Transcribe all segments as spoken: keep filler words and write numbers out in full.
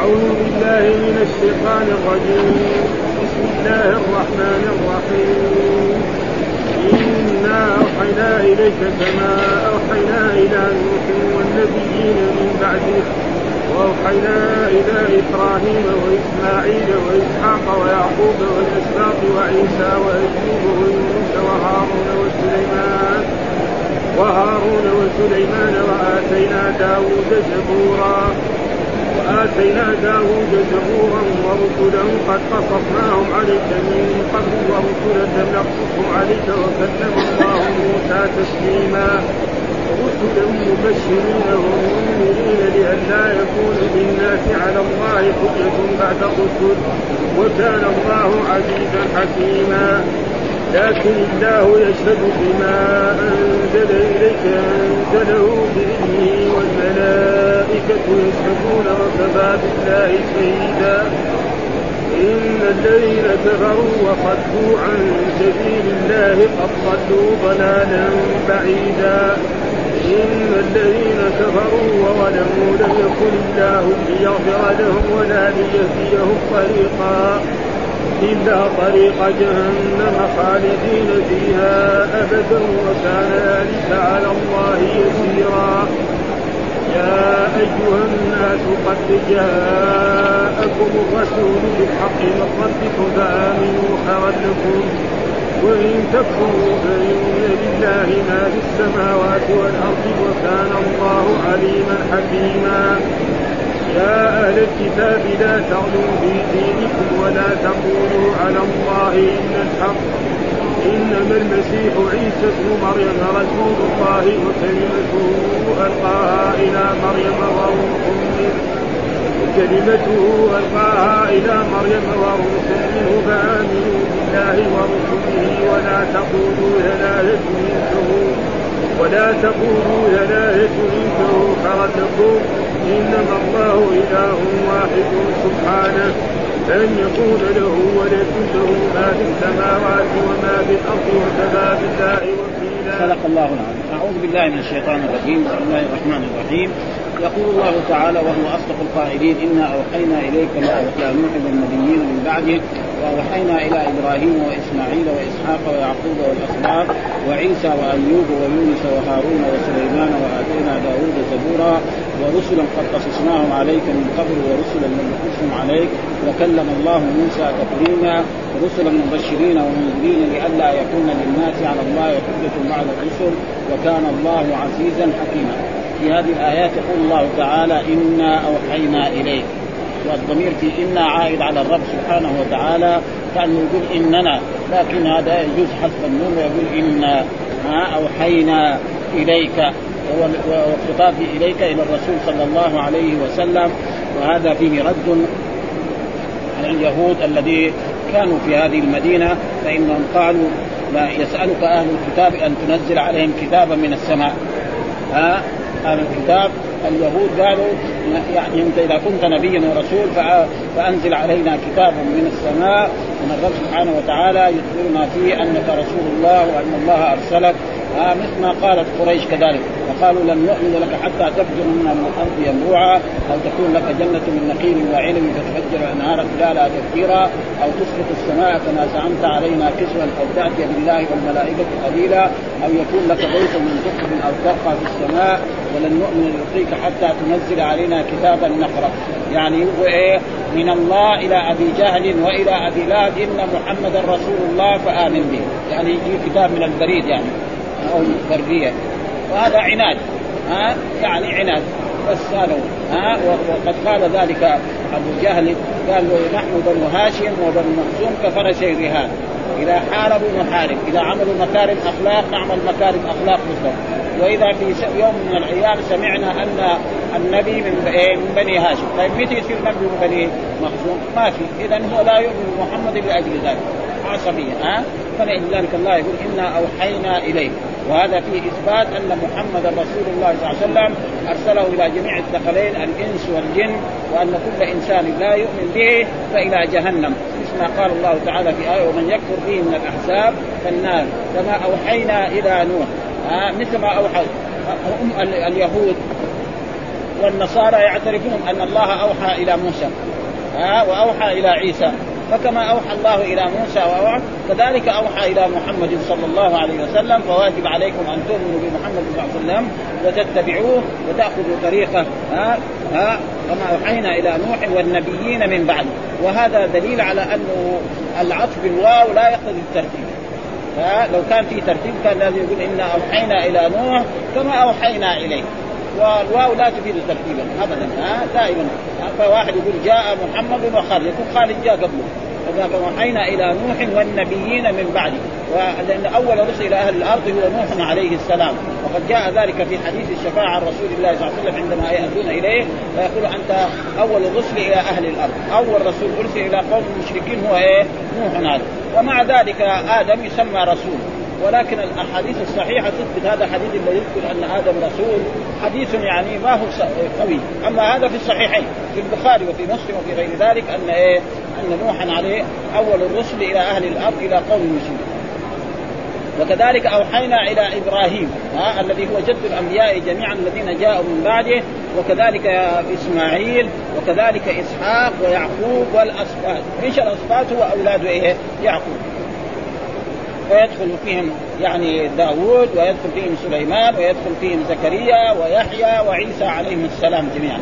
أعوذ بالله من الشيطان الرجيم. بسم الله الرحمن الرحيم. إنا أوحينا إليك كما أوحينا إلى نوح والنبيين من بعده وأوحينا إلى إبراهيم وإسماعيل وإسحاق ويعقوب والأسباط وعيسى وأيوب ويونس وهارون وسليمان وهارون وسليمان وآتينا داود زبورا وآتينا داود زبورا ورسلا قد قصصناهم عليك من قبل ورسلا لم نقصصهم عليك وكلم الله موسى تسليما رسلا مبشرين ومنذرين لئلا يكون للناس على الله حجة بعد الرسل وكان الله عزيزا حكيما. لكن الله يشهد بما أنزل إليك أنزله بإذنه والملائكة يشهدون وكفى بالله شهيدا. إن الذين كفروا وصدوا عن سبيل الله قد ضلوا ضلالا بعيدا. إن الذين كفروا وظلموا لم يكن الله ليغفر لهم ولا ليهديهم طريقا إلا طريق جهنم خالدين فيها أبدا وكان ذلك على الله يسيرا. يا أيها الناس قد جاءكم الرسول بالحق من ربكم فآمنوا خيرا لكم وإن تكفروا فإن لله ما في السماوات والأرض وكان الله عليما حكيما. يا أهل الكتاب لا تغلوا في دينكم ولا تقولوا على الله إلا الحق إنما المسيح عيسى ابن مريم رسول الله وكلمته ألقاها إلى مريم وروح منه وكلمته ألقاها إلى مريم وروح منه فآمنوا بالله ورسله ولا تقولوا ثلاثة منه ولا تقولوا ثلاثة منه خيرا لكم إنما الله إله واحد سبحانه لن يكون له ولد له ما في السماوات وما في الأرض وكفى بالله وكيلا. صدق الله العظيم. أعوذ بالله من الشيطان الرجيم. بسم الله الرحمن الرحيم. يقول الله تعالى وهو أصدق القائلين إنا أوحينا إليك ما أوحى نوح والنبيين من بعده وأوحينا إلى إبراهيم وإسماعيل وإسحاق ويعقوب والأسباط وعيسى وأيوب ويونس وهارون وسليمان وآتينا داود زبورا ورسلا قد قصصناهم عليك من قبل ورسلا لم نقصهم عليك وكلم الله موسى تكليما رسلا مبشرين ومنذرين لئلا يكون للناس على الله حجة بعد الرسل وكان الله عزيزا حكيما. في هذه الآيات يقول الله تعالى إنا أوحينا إليك والضمير في إنا عائد على الرب سبحانه وتعالى كأنه يقول إننا لكن هذا يجوز حذف النون ويقول إنا أوحينا إليك والخطاب إليك إلى الرسول صلى الله عليه وسلم. وهذا فيه رد على اليهود الذي كانوا في هذه المدينة فإنهم قالوا لا يسألك أهل الكتاب أن تنزل عليهم كتابا من السماء. ها أهل الكتاب اليهود قالوا يعني أنت إذا كنت نبيا ورسول فأنزل علينا كتابا من السماء من الرب سبحانه وتعالى يخبرنا فيه أنك رسول الله وأن الله أرسلك. آه مثل ما قالت قريش كذلك وقالوا لن نؤمن لك حتى تفجر منا من الأرض ينبوعا أو تكون لك جنة من نخيل وعنب فتفجر الأنهار خلالها تفجيرا أو تسقط السماء كما زعمت علينا كسوا أو تأتي بالله والملائكة قليلا أو يكون لك بيت من ذهب أو تبقى في السماء ولن نؤمن لرقيك حتى تنزل علينا كتابا نقرأ. يعني هو إيه من الله إلى أبي جهل وإلى أبي لهب إن محمدا رسول الله فآمن به يعني يجي كتاب من البريد يعني أو برية وهذا عناد. ها يعني عناد بس هذا ها. وقد قال ذلك أبو جهل قال له نحن بنو هاشم وبنو مخزوم كفرسي الرهان إذا حاربوا نحارب إذا عملوا مكارم أخلاق نعمل مكارم أخلاق مثلهم وإذا في يوم من الأيام سمعنا أن النبي من بني هاشم طيب متى يصير نبي من بني مخزوم ما في. إذن هو لا يؤمن محمد لأجل ذلك عصبية. ها فلذلك الله يقول إنا أوحينا إليك وهذا فيه إثبات أن محمد رسول الله صلى الله عليه وسلم أرسله إلى جميع الثقلين الإنس والجن وأن كل إنسان لا يؤمن به فإلى جهنم مثل قال الله تعالى في آية ومن يكفر به من الأحزاب فالنار كما أوحينا إلى نوح. مثل ما أوحى اليهود والنصارى يعترفون أن الله أوحى إلى موسى ها وأوحى إلى عيسى، فكما أوحى الله إلى موسى وأوحى كذلك أوحى إلى محمد صلى الله عليه وسلم، فواجب عليكم أن تؤمنوا بمحمد صلى الله عليه وسلم وتتبعوه وتأخذوا طريقه ها ها كما أوحينا إلى نوح والنبيين من بعد. وهذا دليل على أنه العطف بالواو لا يقتضي الترتيب. لو كان في ترتيب كان لازم يقول إنا أوحينا إلى نوح كما أوحينا إليه، والواو لا تفيد ترتيبا أبدا دائما. فواحد يقول جاء محمد وخالد، يكون خالد جاء قبله، فذاك وحينا إلى نوح والنبيين من بعده، لأن أول رسل إلى أهل الأرض هو نوح عليه السلام، وقد جاء ذلك في حديث الشفاعة عن رسول الله صلى الله عليه وسلم عندما يأتون إليه فيقول أنت أول الرسل إلى أهل الأرض، أول رسول أرسل إلى قوم المشركين هو إيه؟ نوح عليه. ومع ذلك آدم يسمى رسول، ولكن الأحاديث الصحيحة تثبت هذا حديث الذي يذكر أن آدم رسول حديث يعني ما هو قوي. أما هذا في الصحيحين في البخاري وفي مسلم وفي غير ذلك أن إيه؟ أن نوحا عليه أول الرسل إلى أهل الأرض إلى قوم المشركين. وكذلك أوحينا إلى إبراهيم ها الذي هو جد الأنبياء جميعا الذين جاءوا من بعده، وكذلك إسماعيل وكذلك إسحاق ويعقوب والأسباط. إيش الأسباط؟ هو أولاد إيه؟ يعقوب، ويدخل فيهم يعني داود ويدخل فيهم سليمان ويدخل فيهم زكريا ويحيى وعيسى عليهم السلام جميعا،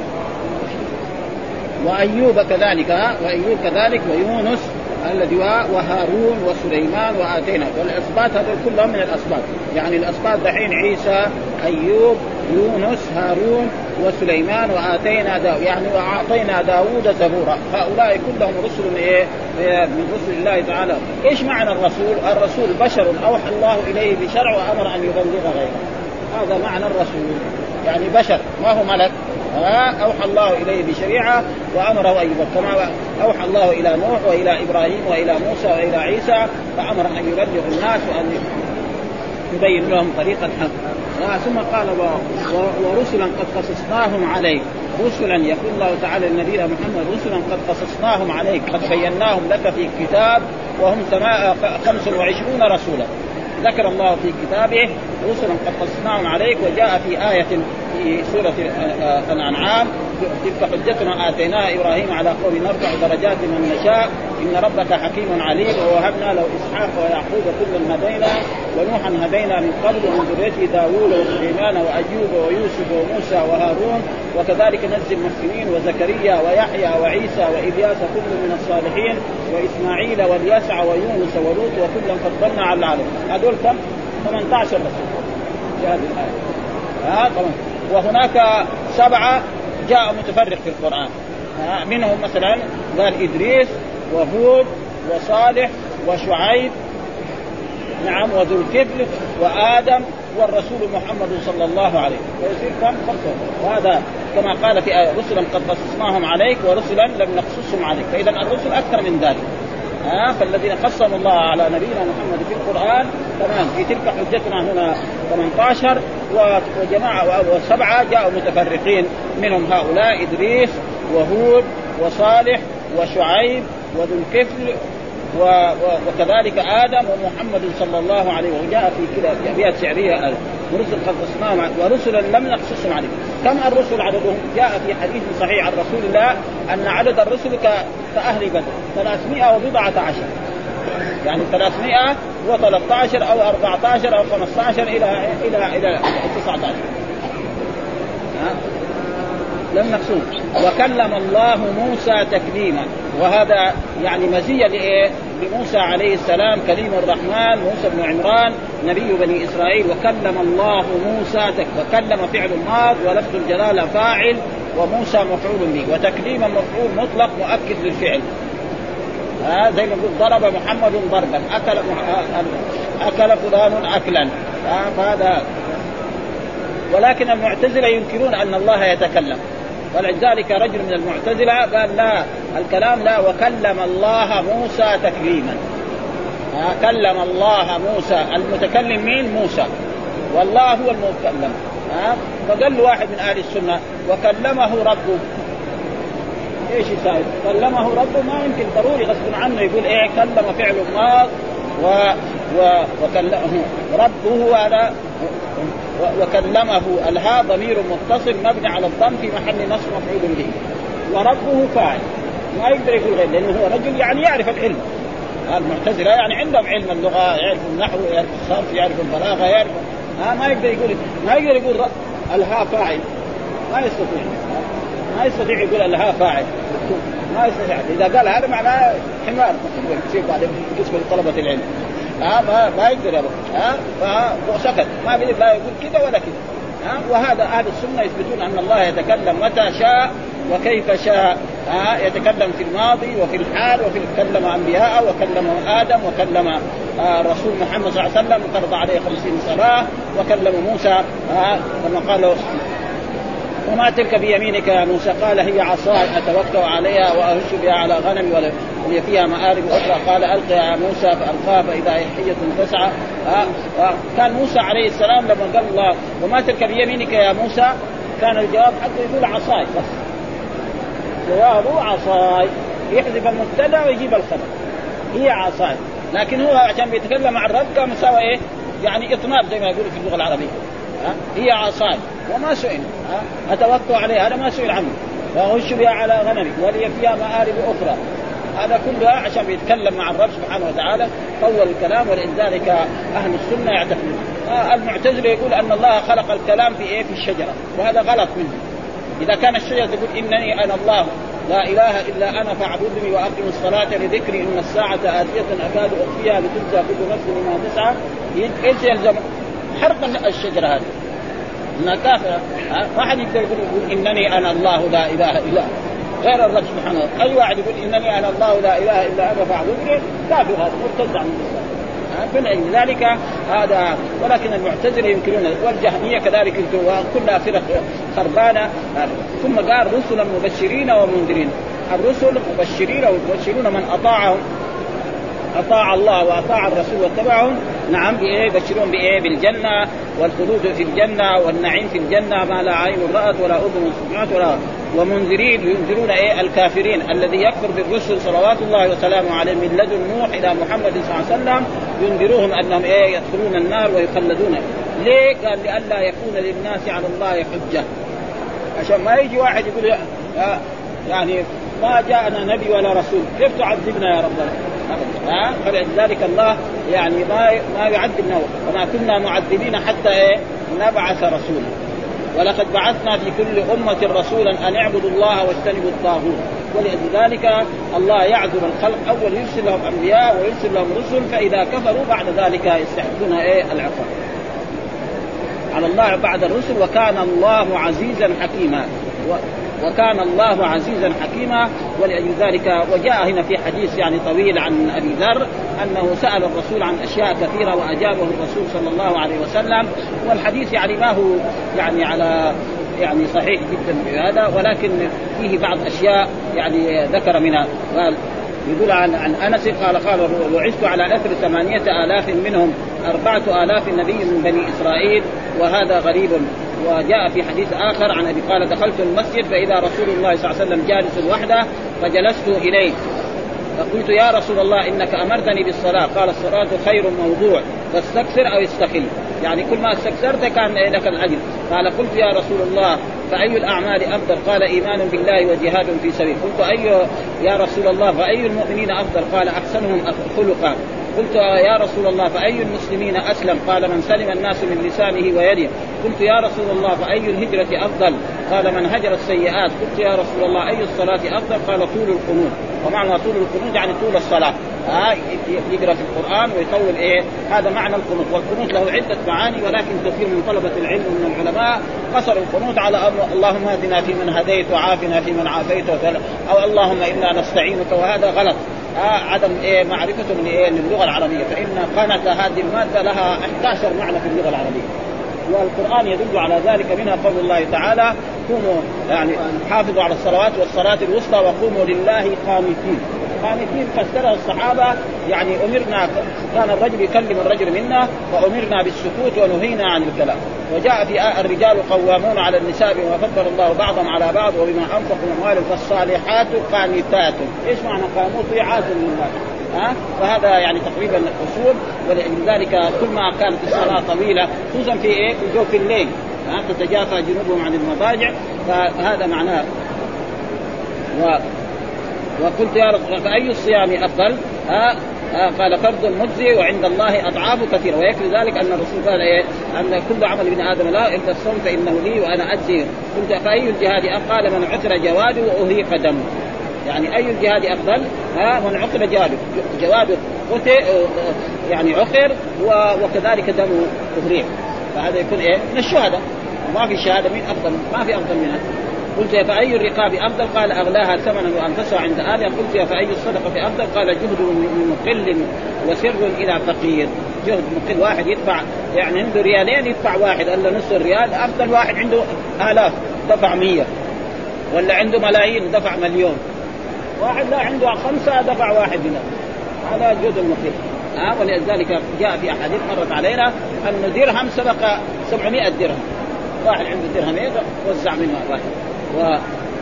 وأيوب كذلك وأيوب كذلك ويونس الذي وهارون وسليمان وآتينا. والأسباط هذول كلهم من الأسباط، يعني الأسباط دحين عيسى أيوب يونس هارون وسليمان وآتينا داود، يعني وأعطينا داود زبورا. هؤلاء كلهم رسل إيه؟ من رسل الله تعالى. إيش معنى الرسول؟ الرسول بشر أوحى الله إليه بشرع وأمر أن يبلغ غيره، هذا معنى الرسول، يعني بشر ما هو ملك. أوحى الله إليه بشريعة وأمره أن يبلغ، كما أوحى الله إلى نوح وإلى إبراهيم وإلى موسى وإلى عيسى فأمر أن يبلغ الناس وأن يبين لهم طريقة حق. ثم قال ورسلا قد قصصناهم عليك، رسلا يقول الله تعالى لنبينا محمد رسلا قد قصصناهم عليك، قد بيناهم لك في الكتاب وهم خمس وعشرون رسولا. ذكر الله في كتابه رسلا قد قصصناهم عليك، وجاء في آية في سورة الأنعام تلك حجتنا آتيناها إبراهيم على قوم نرفع درجات من نشاء إن ربك حكيم عليم ووهبنا له إسحاق ويعقوب كلا هدينا ونوحا هدينا من قبل ومن ذريته داوود وسليمان وأيوب ويوسف وموسى وهارون وكذلك نجزي المحسنين وزكريا ويحيى وعيسى وإلياس كل من الصالحين وإسماعيل واليسع ويونس ولوط وكلا فضلنا على العالم. هذول كم؟ ثمانية عشر رسول في هذه الآية. ها طبعا. وهناك سبعة جاء متفرق في القرآن، منهم مثلا قال إدريس وهود وصالح وشعيب نعم وذو الكفل وآدم والرسول محمد صلى الله عليه ويصير كم خمسة. وهذا كما قال في آية رسلا قد قصصناهم عليك ورسلا لم نقصصهم عليك، فإذا الرسل أكثر من ذلك. ها فالذين قسم الله على نبينا محمد في القرآن تمام في تلك حجتنا هنا ثمانية عشر وجماعة وسبعة جاءوا متفرقين، منهم هؤلاء إدريس وهود وصالح وشعيب وذو الكفل وكذلك آدم ومحمد صلى الله عليه وسلم. وجاء في كده في أبيات شعرية ورسل قد قصصناهم ورسلا لم نقصصهم عليك. كم الرسل عددهم؟ جاء في حديث صحيح عن رسول الله أن عدد الرسل كأهل بدر ثلاثمائة وبضعة عشر، يعني ثلاثمائة وثلاثة عشر أو أربعة عشر أو خمسة عشر إلى إلى إلى تسعة عشر. لم نقصوه. وكلم الله موسى تكليما، وهذا يعني مزية لإيه؟ لموسى عليه السلام كليم الرحمن موسى بن عمران نبي بني إسرائيل. وكلم الله موسى تك... وكلم فعل ماض ولفظ الجلالة فاعل وموسى مفعول به، وتكليما مفعول مطلق مؤكد للفعل. ها زي ما يقول ضرب محمد ضربا، أكل أكل فلان أكلا. هذا ولكن المعتزلة ينكرون أن الله يتكلم، ولذلك رجل من المعتزلة قال لا الكلام لا، وكلم الله موسى تكليما. كلم الله موسى، المتكلم مين؟ موسى، والله هو المتكلم. فقال له واحد من أهل السنة وكلمه ربه، ايش يساوي؟ كلمه ربه ما يمكن، ضروري غصب عنه يقول ايه كلم فعل ماض و و وكلمه ربه هو هذا وكلمه الها ضمير متصل مبني على الضم في محل نصب مفعول به، وربه فاعل. ما يقدر يقول غير، لأنه هو رجل يعني يعرف العلم. المعتزلة يعني عندهم علم اللغة، يعرف النحو، يعرف الصرف، يعرف البلاغة، يعرف ها ما يقدر يقول ما يقدر يقول الها فاعل، ما يستطيع ما يستطيع يقول الها فاعل، ما يستطيع. إذا قال هذا معناه حمار يصير بعد بالنسبة لطلبة العلم، ها ما ما يقدر ها فسكت، ما بيقدر لا يقول كذا ولا كذا. ها وهذا أهل السنة يثبتون أن الله يتكلم متى شاء وكيف شاء. ها يتكلم في الماضي وفي الحال، وفي كلم أنبياء وكلم آدم وكلم آه رسول محمد صلى الله عليه وسلم فرض عليه خمسين صلاة، وكلم موسى آه لما قال له وما تلك بيمينك يا موسى؟ قال هي عصاي أتوكأ عليها وأهش بها على غنمي ولي فيها مآرب أخرى. قال ألقى يا موسى فألقاها فإذا هي حية تسعى. كان موسى عليه السلام لما قال الله وما تلك بيمينك يا موسى كان الجواب حتى يقول عصاي بس، جوابه عصاي، يحذف المبتدا ويجيب الخبر هي عصاي. لكن هو عشان بيتكلم عن الرد قام مساوي ايه يعني اطناب زي ما يقولوا في اللغة العربية. ها هي عصاي وما سئل أتوكأ عليها، هذا ما سئل عنه. وأهش بها على غنمي ولي فيها مآرب أخرى، هذا كله عشان بيتكلم مع الرب سبحانه وتعالى طول الكلام. ولذلك أهل السنة يعتقدون. المعتزلة يقول أن الله خلق الكلام في إيه في الشجرة، وهذا غلط منه. إذا كان الشجرة تقول إنني أنا الله لا إله إلا أنا فاعبدني وأقم الصلاة لذكري إن الساعة آتية أكاد أخفيها لتجزى كل نفس بما تسعى، إيش يلزم حرق الشجرة هذه؟ إنها كافرة. ما حد يقدر يقول إنني أنا الله لا إله إلا غير الرب سبحانه. أي واحد يقول إنني أنا الله لا إله إلا أنا فاعبدني كافر، هذا مرتد عن الإسلام. من ذلك هذا. ولكن المعتزلة ينكرون، والجهمية كذلك وكلها فرق خربانة. ثم قال رسلا مبشرين ومنذرين. الرسل مبشرين ومبشرون من أطاعهم أطاع الله وأطاع الرسول واتبعهم، نعم بإيه بشرون بإيه بالجنة والخلود في الجنة والنعيم في الجنة ما لا عين رأت ولا أذن سمعت ولا. ومنذرين ينذرون إيه الكافرين الذي يكفر بالرسل صلوات الله وسلامه عليه من لدن نوح إلى محمد صلى الله عليه وسلم، ينذروهم أنهم إيه يدخلون النار ويخلدون. ليه؟ قال لئلا يكون للناس على الله حجة، عشان ما يجي واحد يقول يعني ما جاءنا نبي ولا رسول كيف تعذبنا يا ربنا. ها فلذلك الله يعني ما ما يعذبنا، وما كنا معذبين حتى إيه نبعث رسولا، ولقد بعثنا في كل أمة رسولا أن اعبدوا الله واجتنبوا الطاغوت. ولذلك الله يعذر الخلق، أول يرسل لهم أنبياء ويرسل لهم رسل، فإذا كفروا بعد ذلك يستحقون إيه العقاب على الله بعد الرسل. وكان الله عزيزا حكيما، وكان الله عزيزا حكيما. ولذلك وجاء هنا في حديث يعني طويل عن أبي ذر أنه سأل الرسول عن أشياء كثيرة وأجابه الرسول صلى الله عليه وسلم. والحديث يعني ما هو يعني على يعني صحيح جدا بهذا، ولكن فيه بعض أشياء يعني ذكر منها. قال يقول عن عن أنس قال قال وعشت على أثر ثمانية آلاف منهم أربعة آلاف نبي من بني إسرائيل وهذا غريب. وجاء في حديث آخر عن أبي قال دخلت المسجد فإذا رسول الله صلى الله عليه وسلم جالس وحده فجلست إليه فقلت يا رسول الله إنك أمرتني بالصلاة. قال الصلاة خير موضوع فاستكثر أو استخل، يعني كل ما استكثرت كان لك الأجر. قال قلت يا رسول الله فأي الأعمال أفضل؟ قال إيمان بالله وجهاد في سبيل. قلت أي يا رسول الله فأي المؤمنين أفضل؟ قال أحسنهم خلقا. قلت يا رسول الله فأي المسلمين أسلم؟ قال من سلم الناس من لسانه ويده. قلت يا رسول الله فأي الهجرة أفضل؟ قال من هجر السيئات. قلت يا رسول الله أي الصلاة أفضل؟ قال طول القنوت. ومعنى طول القنوت يعني طول الصلاة، آه يقرأ في القرآن ويطول إيه، هذا معنى القنوت. والقنوت له عدة معاني، ولكن كثير من طلبة العلم ومن العلماء قصروا القنوت على اللهم اهدنا فيمن هديت وعافنا فيمن عافيت، أو اللهم إنا نستعينك، وهذا غلط. آه عدم إيه معرفته من إيه للغة العربية، فإن قنت هذه المادة لها إحدى عشر معنى في اللغة العربية، والقرآن يدل على ذلك. منها قول الله تعالى قوموا يعني حافظوا على الصلوات والصلاة الوسطى وقوموا لله قانتين. قانتين فسرها الصحابة يعني أمرنا، كان الرجل يكلم الرجل منا وأمرنا بالسكوت ونهينا عن الكلام. وجاء في الرجال قوامون على النساء بما فضل الله بعضهم على بعض وبما أنفقوا من أموالهم فالصالحات قانتات. إيش معنى قاموا؟ طيعات لله. ها فهذا يعني تقريبا اصول. ولذلك كل ما كانت الصلاه طويله خصوصا في ايه في جوف الليل ها تتجافى جنوبهم عن المضاجع فهذا معناه. و وقلت يا رب فأي الصيام أفضل؟ ها قال فرض مجزي وعند الله أضعاف كثيرة. ويكفي ذلك أن الرسول قال إيه أن كل عمل ابن آدم لا إلا الصوم فإنه لي وأنا أجزي. قلت فأي الجهاد قال من عثر جواده وأهيق دمه. يعني أي الجهاد أفضل؟ ها من عثر جواده جواده يعني عثر وكذلك دمه أهريق فهذا يكون إيه من الشهداء. ما في شهادة من أفضل ما في أفضل منها. قلت فأي الرقاب أفضل؟ قال أغلاها ثمنا وأنفسها عند آلها. قلت فأي الصدقة أفضل؟ قال جهد من مقل وسر إلى فقير. جهد مقل واحد يدفع يعني عنده ريالين يدفع واحد إلا نصف الريال. أفضل واحد عنده آلاف دفع مية ولا عنده ملايين دفع مليون. واحد لا عنده خمسة دفع واحد هنا. هذا جهد المقل. آه ولذلك جاء في أحاديث مرت علينا أن درهم سبق سبعمائة درهم. واحد عنده درهمين وزع منها واحد. و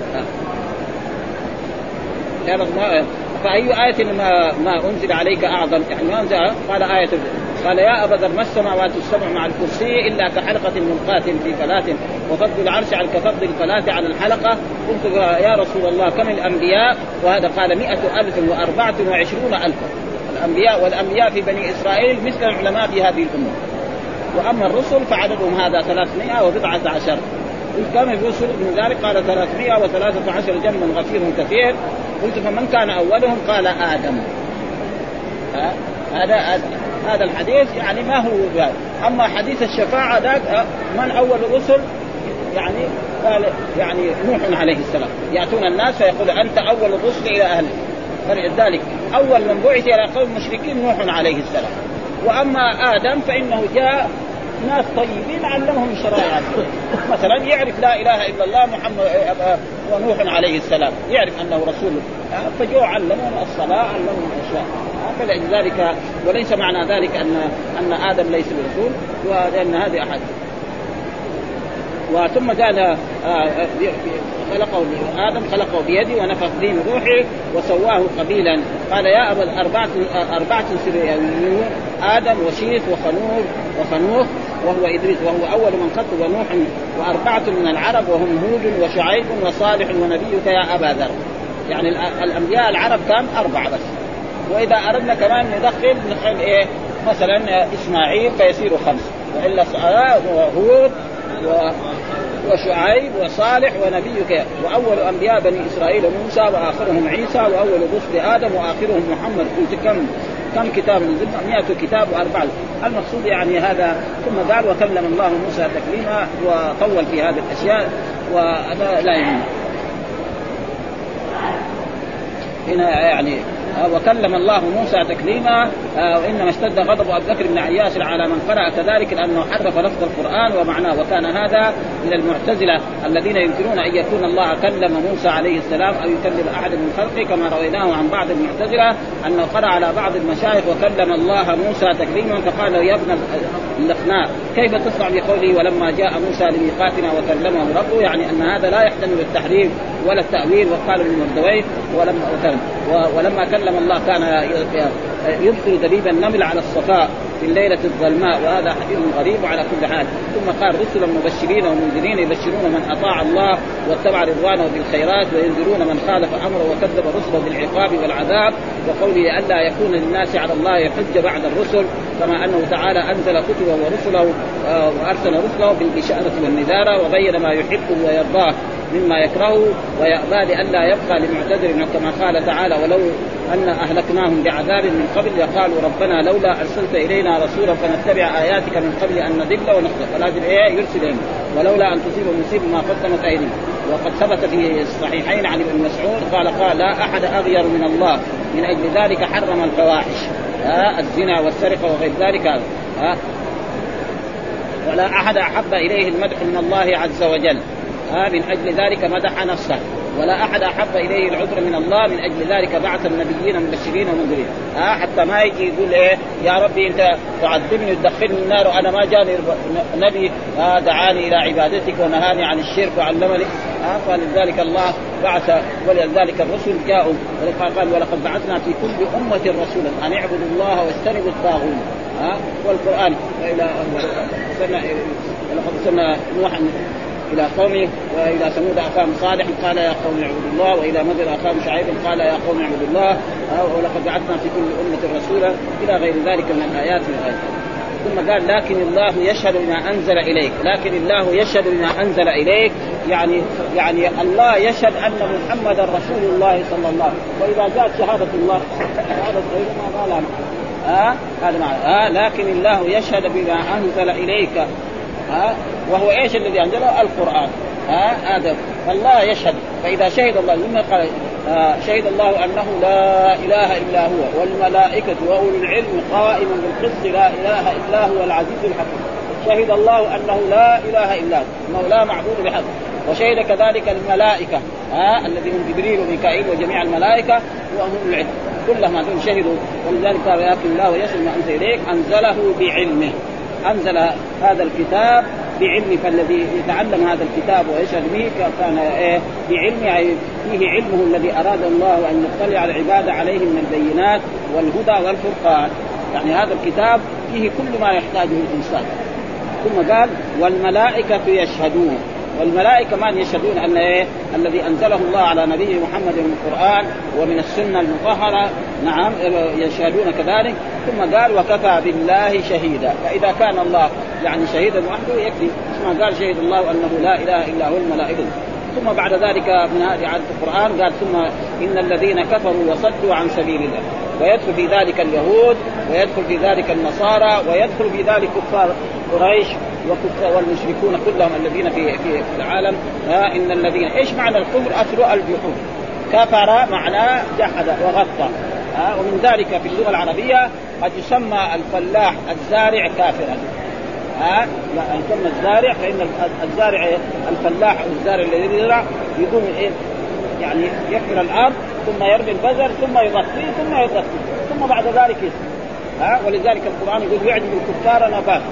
ما فأي آية ما ما أنزل عليك أعظم يعني ما أنزل قال آية قال يا أبا ذر ما السماوات السبع مع الكرسي إلا كحلقة ملقاة في فلاة وفضل العرش على كفضل الفلاة على الحلقة. قلت يا رسول الله كم الأنبياء؟ وهذا قال مئة ألف وأربعة وعشرون ألف. الأنبياء والأنبياء في بني إسرائيل مثل العلماء في هذه الأمة. وأما الرسل فعددهم هذا ثلاثمائة وبضعة عشر. كم الرسل من ذلك؟ قال ثلاثمائة وثلاثة عشر جمع غفير كثير. قلت فمن كان أولهم؟ قال آدم. هذا هذا الحديث يعني ما هو يعني. أما حديث الشفاعة ذاك من أول الرسل يعني قال يعني نوح عليه السلام يأتون الناس فيقول أنت أول الرسل إلى أهله. فلذلك أول من بعث إلى قوم المشركين نوح عليه السلام. وأما آدم فإنه جاء ناس طيبين علمهم شرائع مثلا يعرف لا إله إلا الله محمد ونوح عليه السلام يعرف أنه رسول فجوا علمهم الصلاة علمهم الأشياء. فلذلك وليس معنى ذلك أن أن آدم ليس برسول ولأن هذه أحد. وثم قال خلقه آدم خلقه بيدي ونفخ فيه من روحه وسواه قبيلا. قال يا أبا الأربعة أربعة سريون آدم وشيث وخنوخ وخنوخ وهو إدريس وهو أول من خلق ونوح وأربعة من العرب وهم هود وشعيب وصالح ونبيك يا أبا ذر. يعني الأنبياء العرب كان أربعة بس. وإذا أردنا كمان ندخل ندخل إيه مثلا إسماعيل فيصير خمسة وإلا هود وشعيب وصالح ونبيك. وأول أنبياء بني إسرائيل موسى وآخرهم عيسى وأول رسل آدم وآخرهم محمد. قلت كم كم كتاب نزل؟ مئة كتاب وأربعة. المقصود يعني هذا. ثم قال وكلم الله موسى تكليما وطول في هذه الأشياء وهذا لا يعني هنا يعني وكلم الله موسى تكليما. وإنما اشتد غضب أبي بكر بن عياش على من قرأ كذلك لأنه حرف لفظ القرآن ومعناه. وكان هذا من المعتزلة الذين ينكرون أن يكون الله كلم موسى عليه السلام أو يكلم أحد من خلقه كما رويناه عن بعض المعتزلة أنه قرأ على بعض المشايخ وكلم الله موسى تكليما فقال يا ابن اللخناء كيف تصنع بقوله ولما جاء موسى لميقاتنا وكلمه ربه. يعني أن هذا لا يحتمل التحريف ولا التأويل. وقال ابن مردويه ولما ولما كلم الله كان يدخل دبيب النمل على الصفاء في الليلة الظلماء. وهذا حديث غريب على كل حال. ثم قال رسلا مبشرين ومنذرين يبشرون من أطاع الله واتبع رضوانه بالخيرات وينذرون من خالف أمره وكذب رسله بالعقاب والعذاب. وقوله ألا يكون للناس على الله حجة بعد الرسل كما أنه تعالى أنزل كتبه ورسله وأرسل رسله بالبشارة والنذارة وبين ما يحبه ويرضاه مما يكرهه ويأبى لئلا يبقى لمعتذر كما قال تعالى ولو أن أهلكناهم بعذاب من قبل يقالوا ربنا لولا أرسلت إلينا رسولا فنتبع آياتك من قبل أن نذل ونخزى. فلازم إيه يرسل إلينا ولولا أن تصيب مصيبة ما قدمت أيديهم. وقد ثبت في الصحيحين عن ابن مسعود قال قال لا أحد أغير من الله من أجل ذلك حرم الفواحش ها الزنا والسرقة وغير ذلك ها ولا أحد أحب إليه المدح من الله عز وجل ها من أجل ذلك مدح نفسه. ولا أحد أحب إليه العذر من الله من أجل ذلك بعث النبيين مبشرين ومنذرين. ها حتى ما يجي يقول إيه يا ربي أنت تعذبني وتدخلني النار وأنا ما جاني نبي دعاني إلى عبادتك ونهاني عن الشرك وعلمني فلذلك الله بعث ولذلك الرسل جاءوا قال ولقد بعثنا في كل أمة رسولا أن اعبدوا الله واجتنبوا الطاغوت. ها والقرآن إلى ولقد أرسلنا نوحا إلى قومه وإلى ثمود أخاهم صالح قال يا قوم اعبدوا الله وإلى مدين أخاهم شعيب قال يا قوم اعبدوا الله ولقد بعثنا في كل أمة رسولا إلى غير ذلك من الآيات والآيات. ثم قال لكن الله يشهد بما أنزل إليك لكن الله يشهد بما أنزل إليك يعني يعني الله يشهد أن محمدا رسول الله صلى الله عليه وسلم. وإذا جاءت شهادة الله شهادة غير ما قال ها هذا معنى ها لكن الله يشهد بما أنزل إليك ها وهو ايش الذي انزله؟ القرآن. ها هذا فالله يشهد. فاذا شهد الله لما قال شهد الله انه لا اله الا هو والملائكه واولو العلم قائما بالقسط لا اله الا هو العزيز الحكيم. شهد الله انه لا اله الا هو انه لا معبود بحق. وشهد كذلك الملائكه ها الذين هم جبريل وميكائيل وجميع الملائكه واولو العلم كلهم هذول شهدوا. ولذلك قال لكن الله يشهد ما انزل اليك انزله بعلمه. أنزل هذا الكتاب بعلمه. فالذي يتعلم هذا الكتاب ويشهد به كان إيه بعلمه يعني فيه علمه الذي أراد الله أن يطلع على العبادة عليه من البينات والهدى والفرقان. يعني هذا الكتاب فيه كل ما يحتاجه الإنسان. ثم قال والملائكة يشهدون. والملائكة من يشهدون أن إيه الذي أنزله الله على نبيه محمد من القرآن ومن السنة المطهرة نعم يشهدون كذلك. ثم قال وكفى بالله شهيدا. فإذا كان الله يعني شهيدا وحده يكفي. ثم قال شهد الله أنه لا إله إلا هو الملائكة. ثم بعد ذلك من هذه عادة القرآن قال ثم إن الذين كفروا وصدوا عن سبيل الله ويدخل في ذلك اليهود ويدخل في ذلك النصارى ويدخل في ذلك كفار قريش والمشركون كلهم الذين في في العالم. ها إن الذين إيش معنى الكفر؟ أصله الجحود. كفر معناه جحد وغطى. ها ومن ذلك في اللغة العربية قد يسمى الفلاح الزارع كافرا. ها يسمى الزارع فإن الزارع الفلاح أو الزارع الذي يزرع يقوم إيه يعني يحفر الأرض ثم يرمي البذر ثم يغطيه ثم يغطيه ثم بعد ذلك يسمى. ها ولذلك القرآن يقول يعجب الكفار نبات.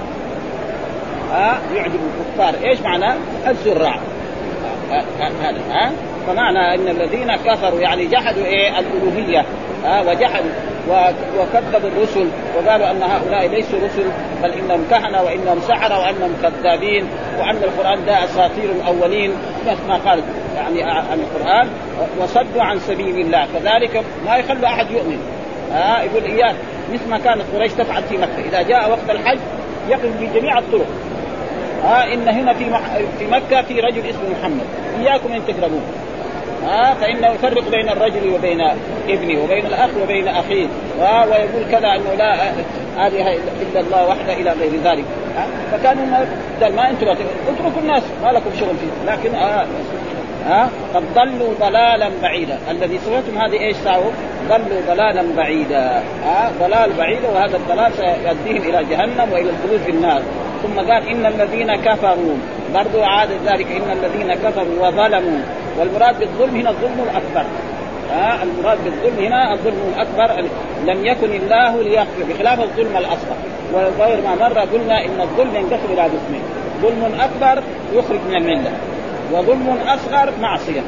ها يعجب الكفار ايش معنى الزراع هذا. ها فمعنى ان الذين كفروا يعني جحدوا ايه الالوهيه. ها وجحدوا وكذبوا الرسل وقالوا ان هؤلاء ليسوا رسل بل انهم كهنه وانهم سحره وانهم كذابين وان القران ده اساطير الاولين ما قال يعني عن القران. وصدوا عن سبيل الله كذلك ما يخلوا احد يؤمن. ها يقول اياه مثل ما كانت قريش تفعل في مكه اذا جاء وقت الحج يقف بجميع الطرق. ها إن هنا في مح... في مكة في رجل اسمه محمد إياكم أن تقربوه. ها فإنه يفرق بين الرجل وبين ابنه وبين الأخ وبين أخيه. ها ويقول كذا أنه لا هذه إلا الله وحده إلى غير ذلك. ها فكانوا ما ما أنتم اتركوا الناس ما لكم شغل فيه. لكن ها ها قد ضلوا ضلالا بعيدا. الذي سويتم هذه إيش ساووا؟ ضلوا ضلالا بعيدا. ها ضلال بعيدا وهذا الضلال سيؤديهم إلى جهنم وإلى الخلود في النار. ثم قال إن الذين كفروا برضو عاد ذلك إن الذين كفروا وظلموا. والمراد بالظلم هنا الظلم الأكبر. ها المراد بالظلم هنا الظلم الأكبر. لم يكن الله ليغفر بخلاف الظلم الأصغر. وغير ما مر قلنا إن الظلم ينقسم إلى قسمين ظلم أكبر يخرج من الملة وظلم أصغر معصية.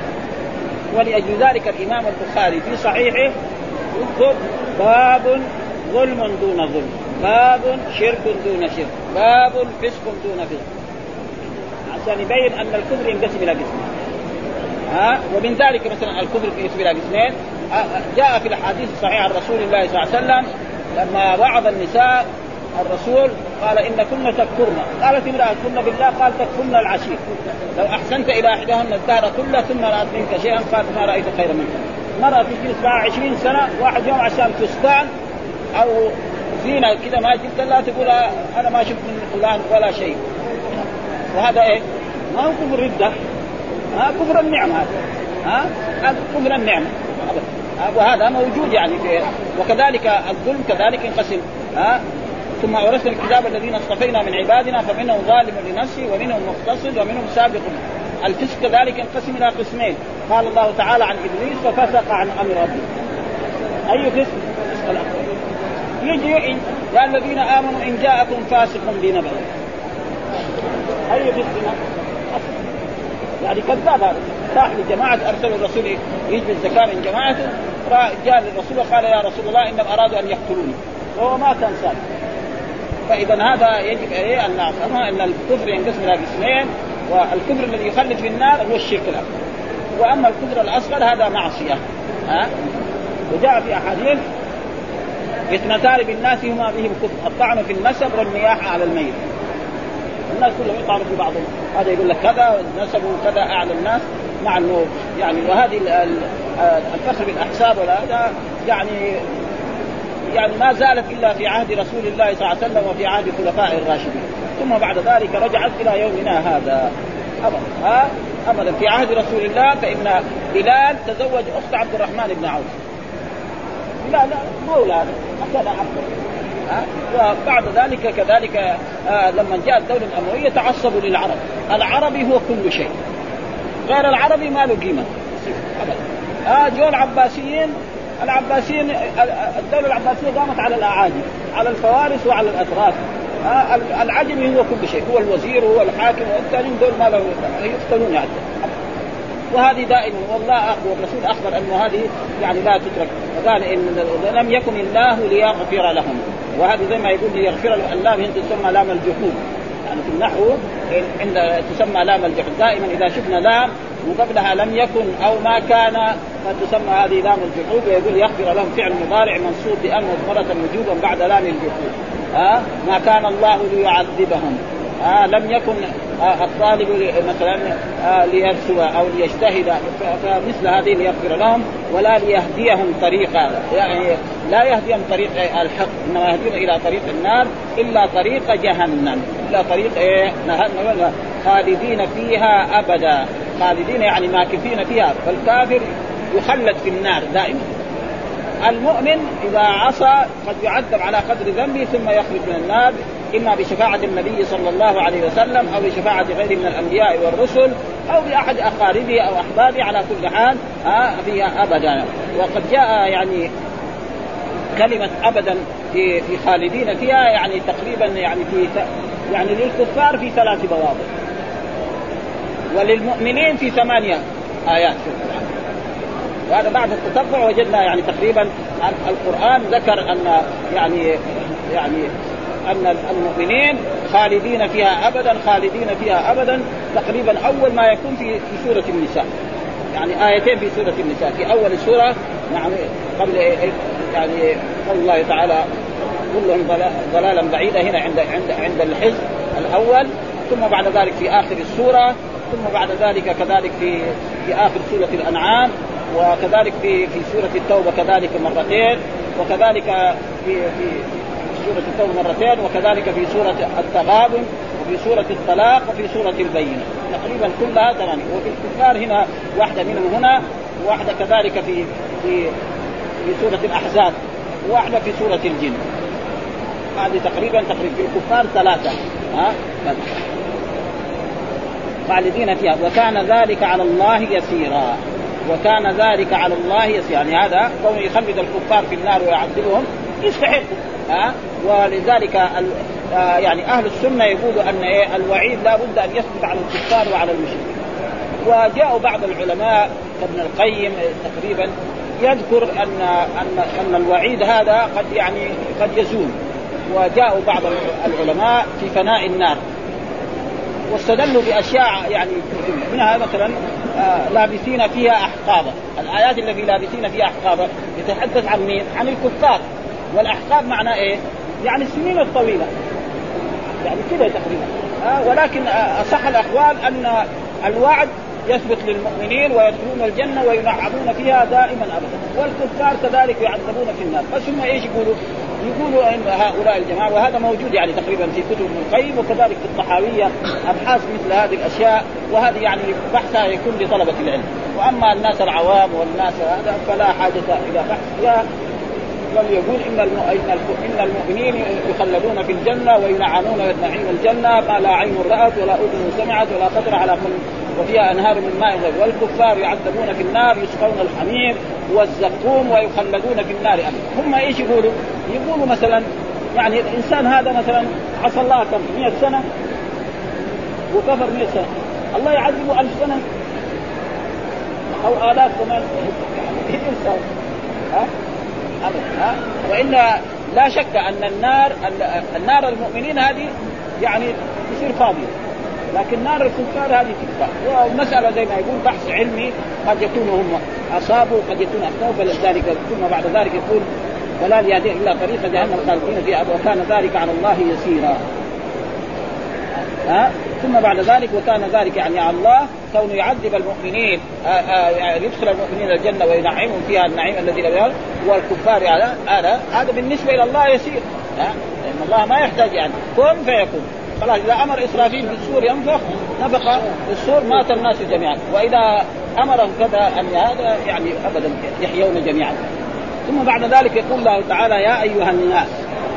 ولأجل ذلك الإمام البخاري في صحيحه يكتب باب ظلم دون ظلم باب شرك دون شرك باب فسق دون فسق عشان يبين أن الكفر ينقسم إلى قسمين. ها ومن ذلك مثلا الكفر ينقسم إلى قسمين. جاء في الحديث الصحيح عن رسول الله صلى الله عليه وسلم لما وعظ النساء الرسول قال إن كنا تكفرن. قالت امرأة كنا بالله قال تكفرن العشير لو أحسنت إلى إحداهن الدهر كله ثم رأت منك شيئا قالت ما رأيت خيرا منك. مرة تجلس معها عشرين سنة واحد يوم عشان فستان أو زينة كده ما جبت لا تقول أنا ما شفت من فلان ولا شيء. وهذا إيه ما هو كفر ردة. ها كفر النعمة هذا. ها كفر النعمة وهذا موجود يعني في. وكذلك الظلم كذلك ينقسم. ها ثم أورثنا الكتاب الذين اصطفينا من عبادنا فمنهم ظالم لنفسه ومنهم مقتصد ومنهم سابق. الفسق كذلك ينقسم إلى قسمين. قال الله تعالى عن إبليس ففسق عن أمر ربه. أي فسق؟ يجي يا الذين آمنوا إن جاءكم فاسق بنبأ. أي فسق؟ يعني كذاب هذا. راح لجماعة أرسل الرسول يجب الزكاة من جماعته، جاء للرسول وقال يا رسول الله إنهم أرادوا أن يقتلوني وهو ما كان صادق. فإذا هذا يجب إيه أن نعلم أن الكفر ينقسم إلى قسمين، والكفر الذي يخلد في النار هو الشرك الأكبر، وأما الكفر الأصغر هذا معصية. ها؟ وجاء في أحاديث اثنتان بالناس هما بهم كفر، الطعن في النسب والنياحة على الميت. الناس كلهم يطعنوا في بعضهم، هذا يقول لك كذا نسبه كذا أعلى الناس، مع أنه يعني وهذه الفخر بالأحساب ولا هذا يعني يعني ما زالت إلا في عهد رسول الله صلى الله عليه وسلم وفي عهد الخلفاء الراشدين، ثم بعد ذلك رجعت إلى يومنا هذا أبدا. ها أبدا في عهد رسول الله فإن بلال تزوج أخت عبد الرحمن بن عوف، لا لا مولى أكاد عبد. وبعد ذلك كذلك آه لما جاءت الدولة الأموية تعصبوا للعرب، العربي هو كل شيء، غير العربي ما له قيمة أبدا. آه جو العباسيين، العباسيين الدولة العباسية قامت على الأعاجم، على الفوارس وعلى الأتراك. آه العجمي هو كل شيء، هو الوزير وهو الحاكم، والثانيين دول ما له يقتلون يعني. وهذه دائما والله والرسول أخبر أن هذه يعني لا تترك، وقال إن لم يكن الله ليغفر لهم، وهذه زي ما يقول ليغفر لهم اللام هي تسمى لام الجحود، يعني في النحو عند تسمى لام الجحود. دائما إذا شفنا لام وقبلها لم يكن أو ما كان فتسمى هذه لام الجحود، ويقول يغفر لهم فعل مضارع منصوب بأن مضمرة وجوبا بعد لام الجحود. ها ما كان الله ليعذبهم، آه لم يكن آه الطالب مثلا آه ليرسو أو ليجتهد، فمثل هذه ليغفر لهم ولا ليهديهم طريقا، يعني لا يهديهم طريق الحق، إنما يهديهم إلى طريق النار إلا طريق جهنم، إلا طريق إيه خالدين فيها أبدا. خالدين يعني ماكثين فيها، فالكافر يخلد في النار دائما. المؤمن إذا عصى قد يعذب على قدر ذنبه ثم يخرج من النار، إما بشفاعة النبي صلى الله عليه وسلم أو بشفاعة غيره من الأنبياء والرسل أو بأحد أقاربه أو أحبابه، على كل حال فيها أبدا. وقد جاء يعني كلمة أبدا في في خالدين فيها يعني تقريبا يعني في يعني للكفار في ثلاث مواضع، وللمؤمنين في ثمانية آيات في القرآن. وهذا بعد التتبع وجدنا يعني تقريبا القرآن ذكر أن يعني يعني أن المؤمنين خالدين فيها أبدا، خالدين فيها أبدا تقريبا أول ما يكون في في سورة النساء، يعني آيتين في سورة النساء في أول السورة، يعني قبل يعني قول الله تعالى كلهم ضلالا بعيدا هنا عند عند عند الحزب الأول، ثم بعد ذلك في آخر السورة، ثم بعد ذلك كذلك في في آخر سورة الأنعام، وكذلك في في سورة التوبة كذلك مرتين، وكذلك في في سورة التوبة مرتين، وكذلك في سورة التغابن، وفي سورة الطلاق، وفي سورة البينة، تقريبا كلها ثمانية. وفي الكفار هنا واحدة منهم هنا، وواحدة كذلك في في في سورة الأحزاب، وواحدة في سورة الجن. هذه تقريبا تقريبا في الكفار ثلاثة ها خالدين فيها، وكان ذلك على الله يسيرا، وكان ذلك على الله يسيرا، يعني هذا كون يخلد الكفار في النار ويعذبهم يستحق. ها ولذلك آه يعني أهل السنة يقولوا أن إيه الوعيد لا بد أن يثبت على الكفار وعلى المشركين. وجاء بعض العلماء ابن القيم تقريبا يذكر أن أن أن الوعيد هذا قد يعني قد يزول. وجاءوا بعض العلماء في فناء النار واستدلوا بأشياء يعني منها مثلا آه لابسين فيها أحقابا، الآيات التي لابسين فيها أحقابا يتحدث عن مين؟ عن الكفار. والأحقاب معنى إيه؟ يعني السنين الطويلة، يعني كده تقريبا. آه ولكن آه أصح الأقوال أن الوعد يثبت للمؤمنين ويدخلون الجنة وينعمون فيها دائما أبدا، والكفار كذلك يعذبون في النار. بس هم إيش يقولوا؟ يقولوا أن هؤلاء الجماعة، وهذا موجود يعني تقريبا في كتب ابن القيم وكذلك في الطحاوية أبحاث مثل هذه الأشياء، وهذه يعني بحثها يكون لطلبة العلم. وأما الناس العوام والناس هذا فلا حاجة إلى بحثها. يقول إن إن المؤمنين يخلدون في الجنة وينعمون نعيم الجنة ما لا عين رأت ولا أذن سمعت ولا خطر على قلب، وفيها أنهار من ماء غير. والكفار يعذبون في النار يسقون الحميم والزقوم ويخلدون في النار أبدا. هم إيش يقولوا؟ يقولوا مثلا يعني الإنسان هذا مثلا عصى الله كم مئة سنة وكفر مئة سنة، الله يعذبه ألف سنة أو آلاف كمان إنسان ها ها وإن لا شك أن النار النار المؤمنين هذه يعني تصير فاضية، لكن نار الكفار هذه تبقى. والمسألة زي ما يقول بحث علمي، قد يكونوا هم أصابوا قد يكون أخطأوا، فلذلك ثم بعد ذلك يقول ولا ليهدي إلا طريق جهنم خالدين فيها وكان ذلك على الله يسيرا. ها ثم بعد ذلك وكان ذلك يعني على الله كونه يعذب المؤمنين يعني يدخل المؤمنين الجنة وينعمهم فيها النعيم الذي لا يرى، والكفار على هذا هذا بالنسبة إلى الله يسير. ها لأن الله ما يحتاج يعني كن فيكون. خلاص إذا أمر إسرافيل بالسور ينفخ نفخ السور مات الناس جميعا، وإذا أمرهم كذا أن هذا يعني أبدا يحيون جميعا. ثم بعد ذلك يقول الله تعالى يا أيها الناس،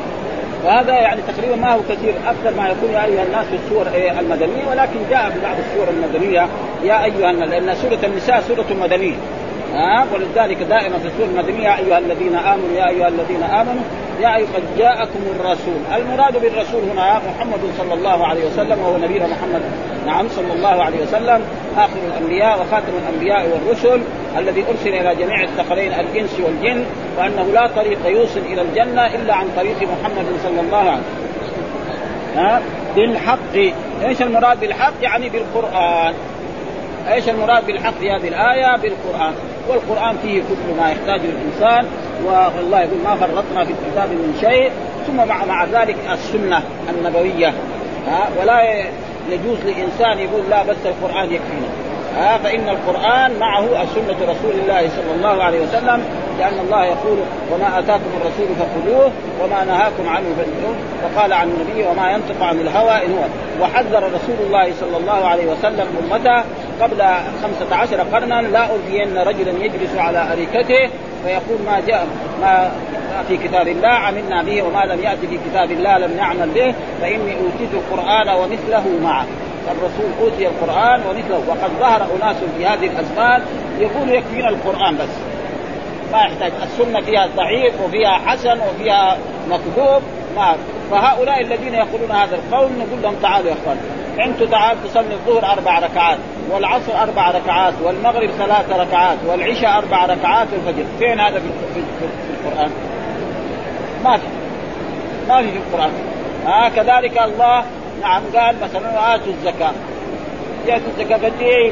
وهذا يعني تقريبا ما هو كثير، أكثر ما يكون يا أيها الناس في السور المدنية، ولكن جاء في بعض السور المدنية يا أيها الناس، لأن سورة النساء سورة مدنية ها، ولذلك دائما في السور المدنية يا أيها الذين آمنوا يا أيها الذين آمنوا يا أيها قد جاءكم الرسول. المراد بالرسول هنا محمد صلى الله عليه وسلم، وهو نبينا محمد نعم صلى الله عليه وسلم آخر الأنبياء وخاتم الأنبياء والرسل الذي أرسل إلى جميع الثقلين الإنس والجن، وأنه لا طريق يوصل إلى الجنة إلا عن طريق محمد صلى الله عليه وسلم ها بالحق. إيش المراد بالحق؟ يعني بالقرآن. ايش المراد بالحق في هذه الآية؟ بالقرآن. والقرآن فيه كل ما يحتاجه الإنسان، والله يقول ما فرطنا في الكتاب من شيء. ثم مع مع ذلك السنة النبوية ها، ولا يجوز لإنسان يقول لا بس القرآن يكفينا ها، فإن القرآن معه سنة رسول الله صلى الله عليه وسلم، لأن الله يقول وما آتاكم الرسول فخذوه وما نهاكم عنه فانتهوا، وقال عن النبي وما ينطق عن الهوى إن هو. وحذر رسول الله صلى الله عليه وسلم أمته قبل خمسة عشر قرنا لا أرضين رجلا يجلس على أريكته فيقول ما جاء ما في كتاب الله عملنا به وما لم يأتي في كتاب الله لم نعمل به، فإني أوتيت القرآن ومثله معه. الرسول أوتي القرآن ومثله. وقد ظهر أناس في هذه الأزمان يقول يكفينا القرآن بس ما يحتاج، السنة فيها ضعيف وفيها حسن وفيها مكذوب ما. فهؤلاء الذين يقولون هذا القول نقول لهم تعالوا يا أخوان، أنتوا تعالوا تصلي الظهر أربع ركعات والعصر أربع ركعات والمغرب ثلاث ركعات والعشاء أربع ركعات والفجر، فين هذا في, في, في, في القرآن؟ ما في ما في في القرآن. آه كذلك الله نعم قال مثلا آتوا الزكاة، جاءت الزكاة بديه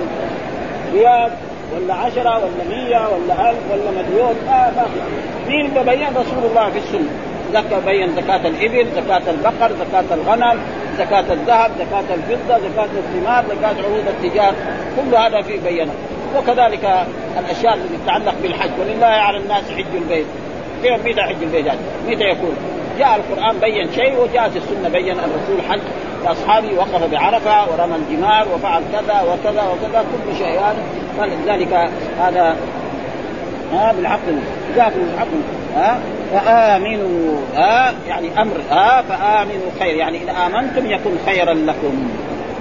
ريال ولا عشرة ولا مية ولا ألف ولا مليون آه ما في. مين ببين؟ رسول الله في السنة زكاة، بين زكاة الإبل، زكاة البقر، زكاة الغنم، زكاة الذهب، زكاة الفضة، زكاة الثمار، زكاة عروض التجار، كل هذا فيه بينه. وكذلك الأشياء التي تتعلق بالحج، ولله على الناس حج البيت. كيف متى حج البيت؟ متى يكون؟ جاء القرآن بين شيء وجاءت السنة بين الرسول حج لأصحابه، وقف بعرفة ورمى الجمار وفعل كذا وكذا وكذا كل شيء هذا. فلذلك هذا ها بالحق جاءكم بالحق ها فآمنوا ها يعني أمر ها فآمنوا خير، يعني إن آمنتم يكون خيرا لكم،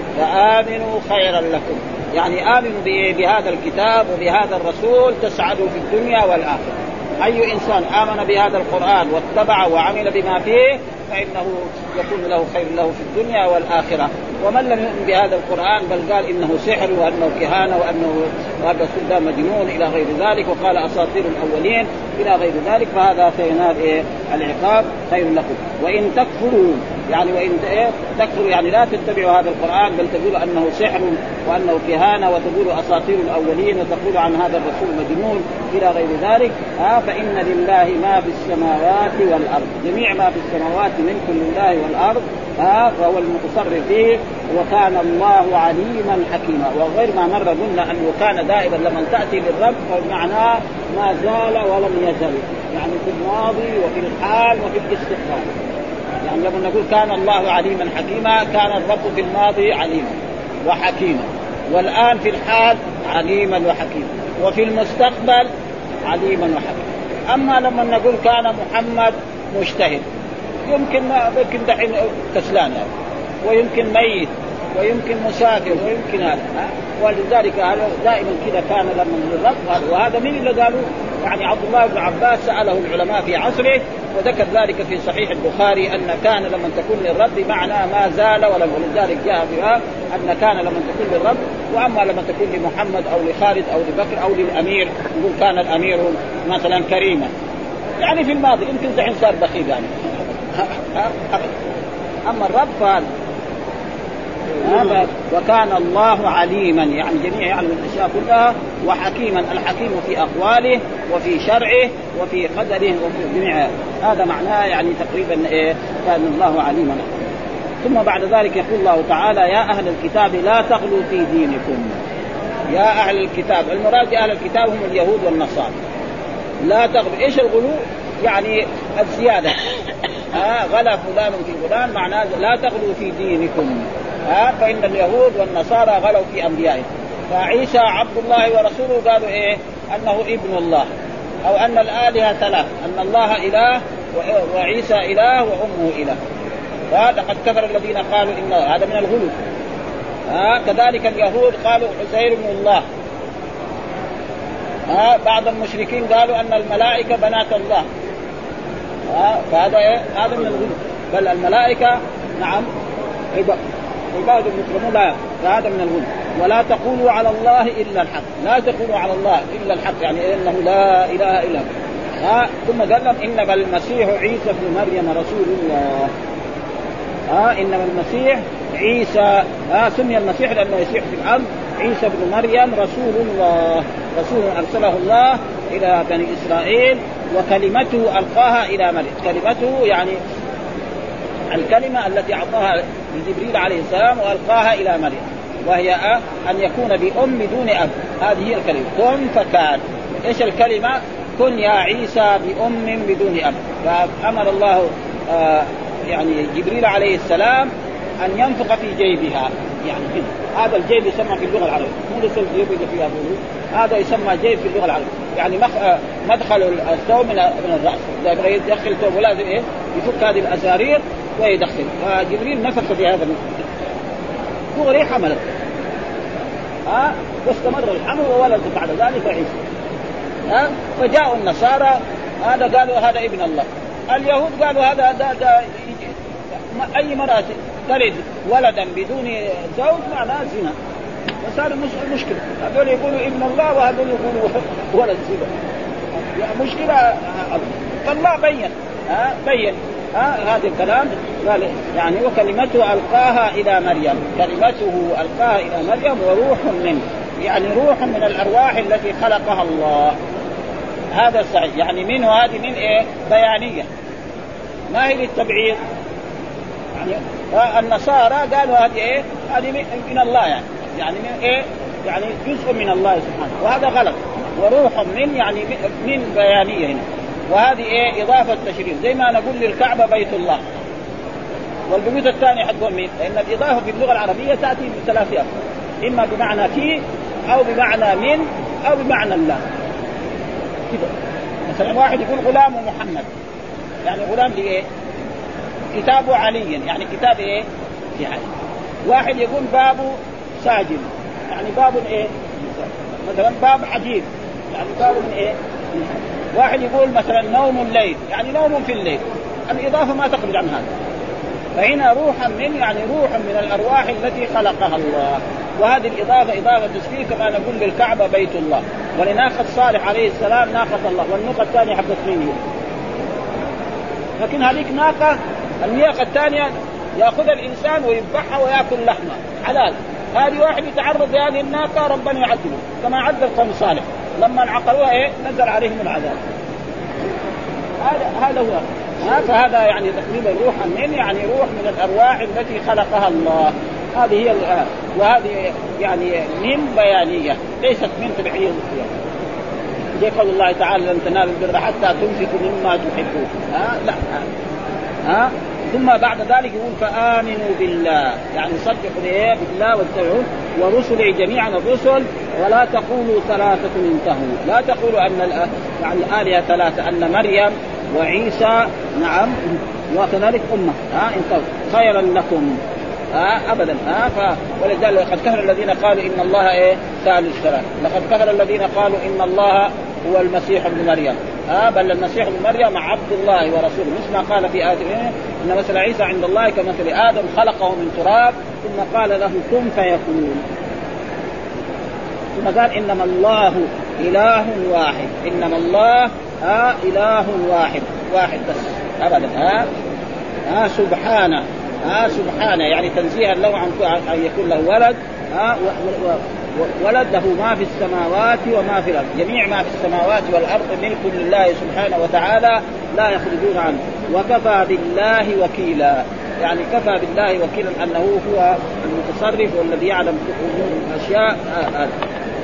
فآمنوا خيرا لكم، يعني آمنوا بهذا الكتاب وبهذا الرسول تسعدوا في الدنيا والآخرة. أي إنسان آمن بهذا القرآن واتبعه وعمل بما فيه فإنه يكون له خير له في الدنيا والآخرة. ومن لم يؤمن بهذا القرآن بل قال إنه سحر وأنه كهانة وأنه هذا الرسول ده مجنون إلى غير ذلك وقال أساطير الأولين إلى غير ذلك، فهذا سينال إيه العقاب خير لكم. وإن تكفروا يعني وإن إيه تكفروا يعني لا تتبعوا هذا القرآن بل تقولوا أنه سحر وأنه كهانة وتقولوا أساطير الأولين وتقولوا عن هذا الرسول مجنون إلى غير ذلك ها فإن لله ما في السماوات والأرض، جميع ما في السماوات ملك لله والأرض ها فهو المتصرف فيه، وكان الله عليما حكيما. وغير ما مر قلنا أنه كان دائما لما تأتي للرب فمعناه ما زال ولم يزل، يعني في الماضي وفي الحال وفي الاستقبال. يعني لما نقول كان الله عليما حكيما كان الرب في الماضي عليما وحكيما، والآن في الحال عليما وحكيما، وفي المستقبل عليما وحكيما. أما لما نقول كان محمد مجتهد يمكن يمكن دحين كسلان يعني، ويمكن ميت ويمكن مسافر ويمكن هذا، ولذلك هذا دائما كذا كان لما الرب. وهذا من اللي قالوا؟ يعني عبد الله بن عباس سأله العلماء في عصره وذكر ذلك في صحيح البخاري أن كان لما تكون للرب معنى ما زال ولم، ولذلك جاء بها أن كان لما تكون للرب، وأما لما تكون لمحمد أو لخالد أو لبكر أو للأمير يقول كان الأمير مثلا كريما، يعني في الماضي يمكن دحين صار بخيل يعني. أما الرب فهذا وكان الله عليما، يعني جميع يعلم الأشياء كلها، وحكيما، الحكيم في أقواله وفي شرعه وفي قدره وفي جميع، هذا معناه يعني تقريبا إيه كان الله عليما. ثم بعد ذلك يقول الله تعالى يا أهل الكتاب لا تغلوا في دينكم. يا أهل الكتاب، المراد أهل الكتاب هم اليهود والنصارى. لا تغلوا، إيش الغلو؟ يعني الزيادة. ها غلا فلان في فلان، معناه لا تغلوا في دينكم. ها فإن اليهود والنصارى غلوا في أنبيائهم، فعيسى عبد الله ورسوله قالوا إيه أنه ابن الله، أو أن الآلهة ثلاث، أن الله إله وعيسى إله وأمه إله. لقد كفر الذين قالوا إن هذا من الغلو. ها كذلك اليهود قالوا عزير ابن الله. ها بعض المشركين قالوا أن الملائكة بنات الله. ها فهذا إيه؟ هذا من الغلو. بل الملائكة نعم عباد المكرمون، لا فهذا من الغلو. ولا تقولوا على الله إلا الحق، لا تقولوا على الله إلا الحق، يعني إنه لا إله إلا هو. ها ثم قال لهم إنما المسيح عيسى ابن مريم رسول الله. ها إنما المسيح عيسى، ها سمي المسيح لأنه يسيح في الأرض، عيسى ابن مريم رسول الله، رسول أرسله الله إلى بني إسرائيل، وكلمته ألقاها إلى مريم. كلمته يعني الكلمة التي أعطاها لجبريل عليه السلام وألقاها إلى مريم، وهي أن يكون بأم بدون أب. هذه هي الكلمة، كن فكان. إيش الكلمة؟ كن يا عيسى بأم بدون أب. فأمر الله آه يعني جبريل عليه السلام أن ينفخ في جيبها، يعني كده. هذا الجيب يسمى في اللغة العربية، مو لسه الجيب اللي فيها بولو، هذا يسمى جيب في اللغة العربية، يعني مدخل الثوب من من الرأس. إذا بغى يدخل ثوب لازم إيه يفك هذه الأزارير ويدخل. فجبريل نفخ في هذا دغري حملت، ها واستمر الحمل وولد بعد ذلك عيسى. ها فجاءوا النصارى هذا قالوا هذا ابن الله، اليهود قالوا هذا هذا, هذا أي مرأة تلد ولدا بدون زوج معناه زنا، فصار مشكلة. هذول يقولوا ابن الله وهذول يقولوا ولد زنا، يعني مشكلة. فالله بين ها بين ها هذا الكلام، قال يعني وكلمته ألقاها إلى مريم، كلمته ألقاها إلى مريم وروح منه، يعني روح من الأرواح التي خلقها الله. هذا الصحيح، يعني منه هذه من إيه بيانية، ما هي للتبعيض. يعني النصارى قالوا هذه إيه هذه من الله، يعني يعني من إيه يعني جزء من الله سبحانه، وهذا غلط. وروح من يعني من بيانية هنا، وهذه إيه إضافة تشريف، زي ما نقول للكعبة بيت الله، والبيوت الثانية حقهم مين؟ لأن الإضافة في اللغة العربية تأتي بثلاث، إما بمعنى في أو بمعنى من أو بمعنى الله كده. مثلا واحد يقول غلام محمد، يعني غلام لإيه؟ كتاب علي، يعني كتاب إيه؟ يعني واحد يقول باب ساجد، يعني باب إيه؟ مثلا باب عجيب، يعني باب من إيه؟ واحد يقول مثلا نوم الليل، يعني نوم في الليل، الإضافة ما تخرج عن هذا. فهنا روحا من يعني روح من الأرواح التي خلقها الله، وهذه الإضافة إضافة تشريف، كما نقول للكعبة بيت الله، ولناقة صالح عليه السلام ناقة الله، والناقة الثانية حقت مين؟ لكن هذيك ناقة الناقة الثانية يأخذ الإنسان ويذبحها ويأكل لحمها حلال، هذه واحد يتعرض لهذه الناقة ربنا يعذبه، كما عذب قوم صالح لما عقروها إيه نزل عليهم العذاب. هذا هذا هو. فهذا يعني تقريبا روحا من يعني روح من الأرواح التي خلقها الله. هذه هي وهذه يعني من بيانية ليست من تبعية. زي قول الله تعالى لن تنالوا البر حتى تنفقوا مما تحبون. ها لا ها ثم بعد ذلك يقول فآمنوا بالله، يعني صدقوا إيه بالله واتبعوه ورسله جميعا الرسل، ولا تقولوا ثلاثة انتهوا، لا تقولوا أن يعني الآلهة ثلاثة، أن مريم وعيسى نعم وكذلك أمة ها انتهوا خيرا لكم ها أبدا ها ف... ولذلك لقد كفر الذين قالوا إن الله إيه ثالث ثلاثة، لقد كفر الذين قالوا إن الله هو المسيح ابن مريم، آه بل المسيح ابن مريم عبد الله ورسوله، مثل ما قال في آية إن مثل عيسى عند الله كمثل آدم خلقه من تراب ثم قال له كن فيكون. ثم قال إنما الله إله واحد، إنما الله آه إله واحد واحد بس أبدا. ها آه آه سبحانه آه سبحانه يعني تنزيها له عن أن يكون له ولد. آه ولد له ما في السماوات وما في الأرض، جميع ما في السماوات والأرض ملك لله سبحانه وتعالى لا يخرجون عنه. وكفى بالله وكيلا، يعني كفى بالله وكيلا أنه هو المتصرف والذي يعلم أمور الأشياء. آه آه.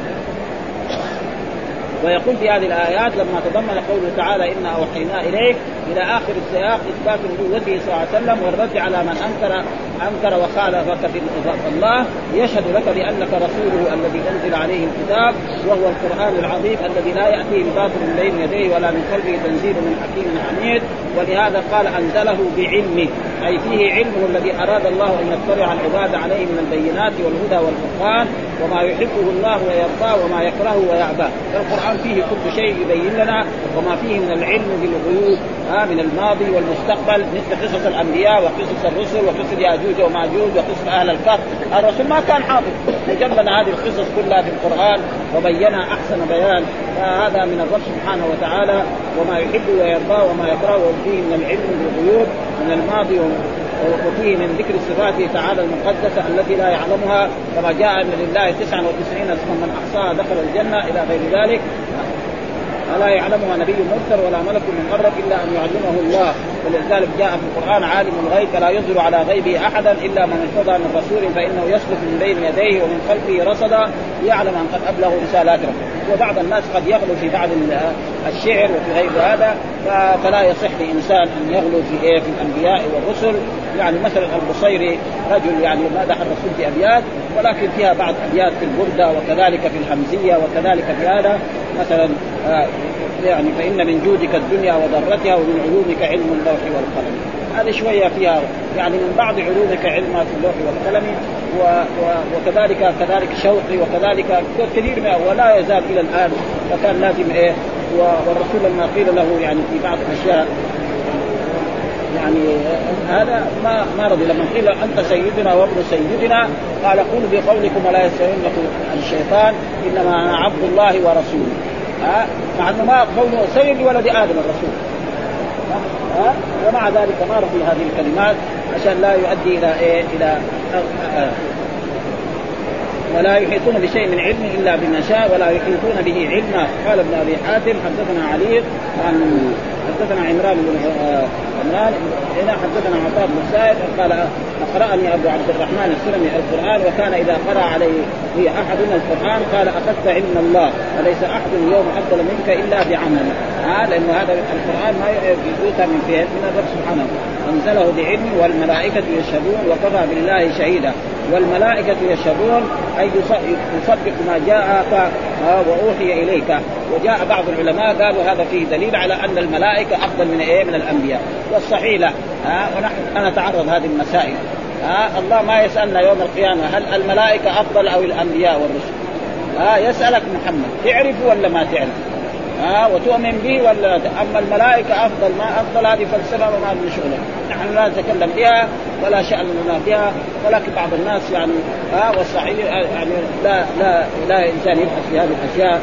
ويقول في هذه الآيات لما تضمن قوله تعالى إنا أوحينا إليك إلى آخر السياق إثبات نبوته صلى الله عليه وسلم والرد على من أنكر أنكر وخالفك في الله، يشهد لك بأنك رسوله الذي أنزل عليه الكتاب وهو القرآن العظيم الذي لا يأتيه الباطل من بين يديه ولا من خلفه تنزيل من حكيم حميد. ولهذا قال أنزله بعلمه، أي فيه علمه الذي أراد الله أن يطلع العباد عليه من البينات والهدى والفرقان وما يحبه الله ويرضاه وما يكرهه ويعباه. القرآن فيه كل شيء يبين لنا وما فيه من العلم بالغيوب آه من الماضي والمستقبل، مثل قصص الأنبياء وقصص الرسل وقصص ياجوج وماجوج وقصص أهل الكهف. الرسول ما كان حافظ، جمعنا هذه القصص كلها في القرآن وبينها أحسن بيان. هذا من الرب سبحانه وتعالى وما يحب ويرضاه وما يكره، وفيه من العلم بالغيوب من الماضي وفيه من ذكر الصفات تعالى المقدسة التي لا يعلمها، كما جاء أن لله تسعة وتسعين اسما من أحصاها دخل الجنة إلى غير ذلك. ولا يعلمها نبي مرسل ولا ملك مقرب إلا أن يعلمه الله. ولذلك جاء في القرآن عالم الغيب لا يظهر على غيبه أحدا إلا من ارتضى من رسول فإنه يسلك من بين يديه ومن خلفه رصدا يعلم أن قد أبلغوا رسالات ربه. وبعض الناس قد يغلو في بعض الشعر وفي غير هذا، فلا يصح لإنسان أن يغلو في إيه في الأنبياء والرسل. يعني مثلا البصيري رجل يعني مدح الرسول في أبيات، ولكن فيها بعض أبيات في البردة وكذلك في الحمزية وكذلك في هذا مثلا آه يعني فإن من جودك الدنيا وضرتها ومن علومك علم اللوح والقلم. هذه شوية فيها يعني من بعض علومك علم في اللوح والقلم و و وكذلك كذلك شوقي وكذلك كثير منه ولا يزال إلى الآن. فكان لازم إيه والرسول لما قيل له يعني في بعض الأشياء يعني هذا ما ما رضي. لما قيل أنت سيدنا وابن سيدنا قال قولوا بقولكم ولا يستوينكم الشيطان إنما أنا عبد الله ورسوله. ها مع أنه ما قوله سيد ولد آدم الرسول، ها ومع ذلك ما رضي هذه الكلمات عشان لا يؤدي إلى إيه إلى آه آه ولا يحيطون بشيء من علم إلا بما شاء ولا يحيطون به علما. قال ابن أبي حاتم حدثنا علي عن حدثنا عمران بن عمران هنا حدثنا عطاء بن سائب قال أقرأني أبو عبد الرحمن السلمي القرآن وكان إذا قرأ عليه هي أحدنا القرآن قال أخذت علم الله وليس أحد اليوم أفضل منك إلا بعمل. آه لأن هذا القرآن ما يجوز من فيه من الرب سبحانه أنزله بعلم والملائكة يشهدون وكفى بالله شهيدا. والملائكة يشهدون أي يصدق ما جاء وأوحي إليك. وجاء بعض العلماء قالوا هذا فيه دليل على أن الملائكة أفضل من إيه من الأنبياء، والصحيح لا. ها ونحن أنا تعرض هذه المسائل. ها الله ما يسألنا يوم القيامة هل الملائكة أفضل أو الأنبياء والرسل. ها يسألك محمد تعرف ولا ما تعرف، ها وتؤمن به ولا. أما الملائكة أفضل ما أفضل هذه فلسفة وما من شغله، نحن لا نتكلم بها ولا شأن لنا بها. ولكن بعض الناس يعني ها والصحيح يعني لا لا لا إنسان يبحث في هذه الأشياء.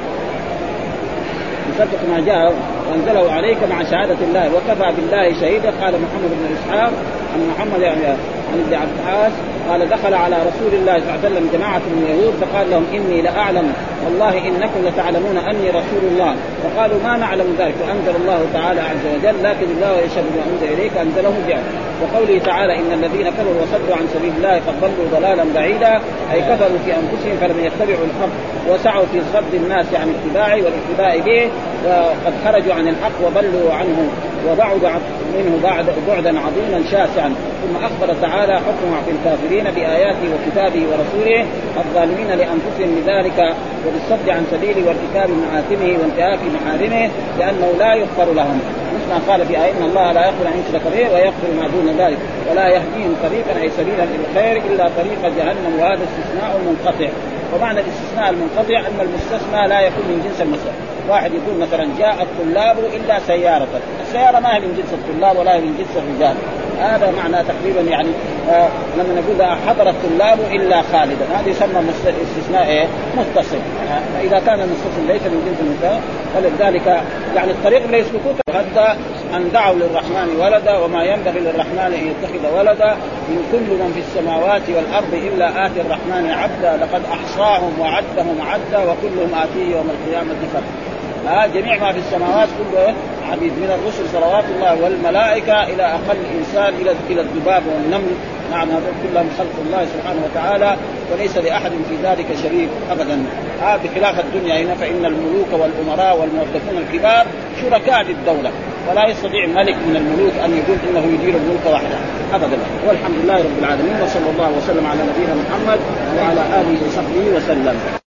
يصدق ما جاء وانزله عليك مع شهادة الله وكفى بالله شهيدا. قال محمد بن إسحاق عن محمد يعني عن ابن عباس قال دخل على رسول الله صلى الله عليه وسلم جماعة من اليهود فقال لهم إني لأعلم والله إنكم لتعلمون أني رسول الله فقالوا ما نعلم ذلك. وأنزل الله تعالى عز وجل لكن الله يشهد ما أنزل إليك أنزله جاء. وقوله تعالى إن الذين كفروا وصدوا عن سبيل الله قد ضلوا ضلالا بعيدا أي كفروا في أنفسهم فلم يتبعوا الحق وسعوا في صد الناس عن اتباعه والاتباع به وقد خرجوا عن الحق وضلوا عنه وبعد منه بعد بعدا عظيما شاسعا. ثم أخبر تعالى حكمه في الكافرين بآياته وكتابه ورسوله الظالمين لأنفسهم بذلك وبالصد عن سبيله وارتكاب معاثمه وانتهاك محارمه لأنه لا يغفر لهم. مثل ما قال في آية إن الله لا يغفر أن يشرك به ويغفر ما دون ذلك ولا يهديهم طريقا أي سبيلا إلى الخير إلا طريق جهنم وهذا استثناء منقطع. ومعنى الاستثناء المنقطع أن المستثنى لا يكون من جنس المستثنى. واحد يقول مثلا جاء الطلاب إلا سيارة، السيارة ما هي من جنس الطلاب ولا هي من جنس الرجال، هذا معنى تقريبا يعني آه لما نقول حضر الطلاب إلا خالدا، هذا يسمى استثناء إيه؟ متصل. آه إذا كان المستثنى ليس من جنس المستثنى فلذلك يعني الطريق اللي يسلكوه غدا أن دعوا للرحمن ولدا وما ينبغي للرحمن أن يتخذ ولدا إن كل من في السماوات والأرض إلا آتي الرحمن عبدا لقد أحصاهم وعدهم عدا وكلهم آتيه يوم القيامة فردا. آه جميع ما في السماوات كله عبيد من الرسل صلوات الله والملائكة إلى أقل إنسان إلى إلى الذباب والنمل، نعم هذول كلهم خلق الله سبحانه وتعالى وليس لأحد في ذلك شريك أبدا. آه بخلاف الدنيا هنا فإن الملوك والأمراء والموظفون الكبار شركاء للدولة، ولا يستطيع ملك من الملوك أن يقول إنه يدير الملك وحده أبدا. والحمد لله رب العالمين، وصلى الله وسلم على نبينا محمد وعلى آله وصحبه وسلم.